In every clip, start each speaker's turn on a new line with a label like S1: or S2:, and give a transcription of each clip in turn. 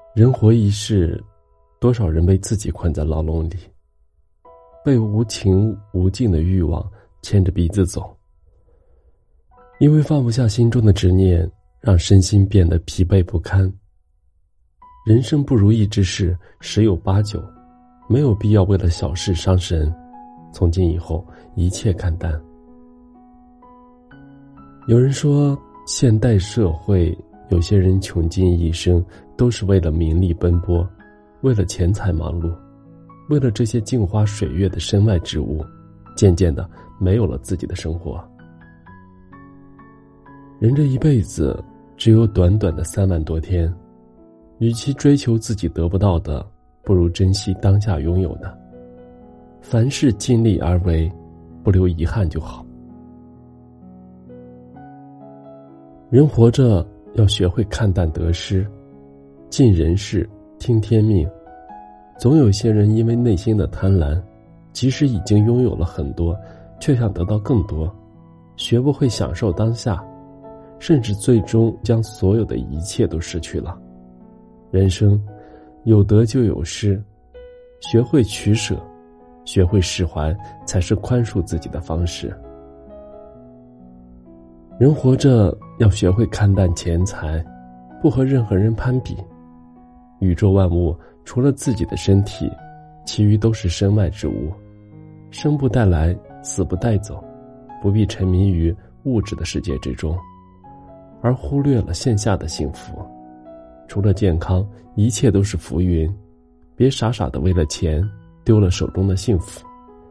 S1: 人活一世，多少人被自己困在牢笼里，被无情无尽的欲望牵着鼻子走。因为放不下心中的执念，让身心变得疲惫不堪。人生不如意之事十有八九，没有必要为了小事伤神。从今以后，一切看淡。有人说，现代社会有些人穷尽一生都是为了名利奔波，为了钱财忙碌，为了这些镜花水月的身外之物，渐渐的没有了自己的生活。人这一辈子只有短短的3万多天，与其追求自己得不到的，不如珍惜当下拥有的。凡事尽力而为，不留遗憾就好。人活着要学会看淡得失，尽人事，听天命。总有些人因为内心的贪婪，即使已经拥有了很多，却想得到更多，学不会享受当下，甚至最终将所有的一切都失去了。人生有得就有失，学会取舍，学会释怀，才是宽恕自己的方式。人活着要学会看淡钱财，不和任何人攀比。宇宙万物除了自己的身体，其余都是身外之物，生不带来，死不带走，不必沉迷于物质的世界之中，而忽略了线下的幸福。除了健康，一切都是浮云，别傻傻的为了钱丢了手中的幸福。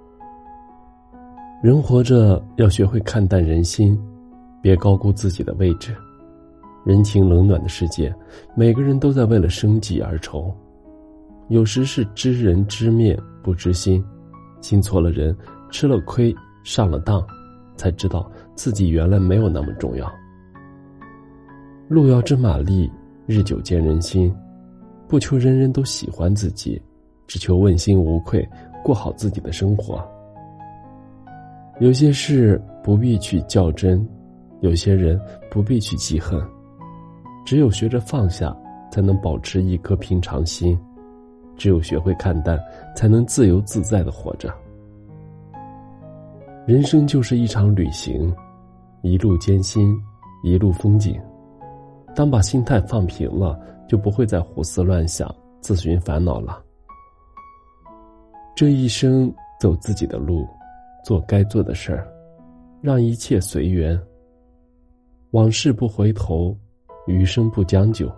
S1: 人活着要学会看淡人心，别高估自己的位置。人情冷暖的世界，每个人都在为了生计而愁。有时是知人知面不知心，心错了人，吃了亏，上了当，才知道自己原来没有那么重要。路遥知马力，日久见人心。不求人人都喜欢自己，只求问心无愧，过好自己的生活。有些事不必去较真，有些人不必去记恨。只有学着放下，才能保持一颗平常心。只有学会看淡，才能自由自在地活着。人生就是一场旅行，一路艰辛，一路风景。当把心态放平了，就不会再胡思乱想，自寻烦恼了。这一生走自己的路，做该做的事儿，让一切随缘。往事不回头，余生不将就。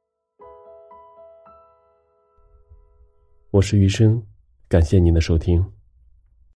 S1: 我是余生，感谢您的收听。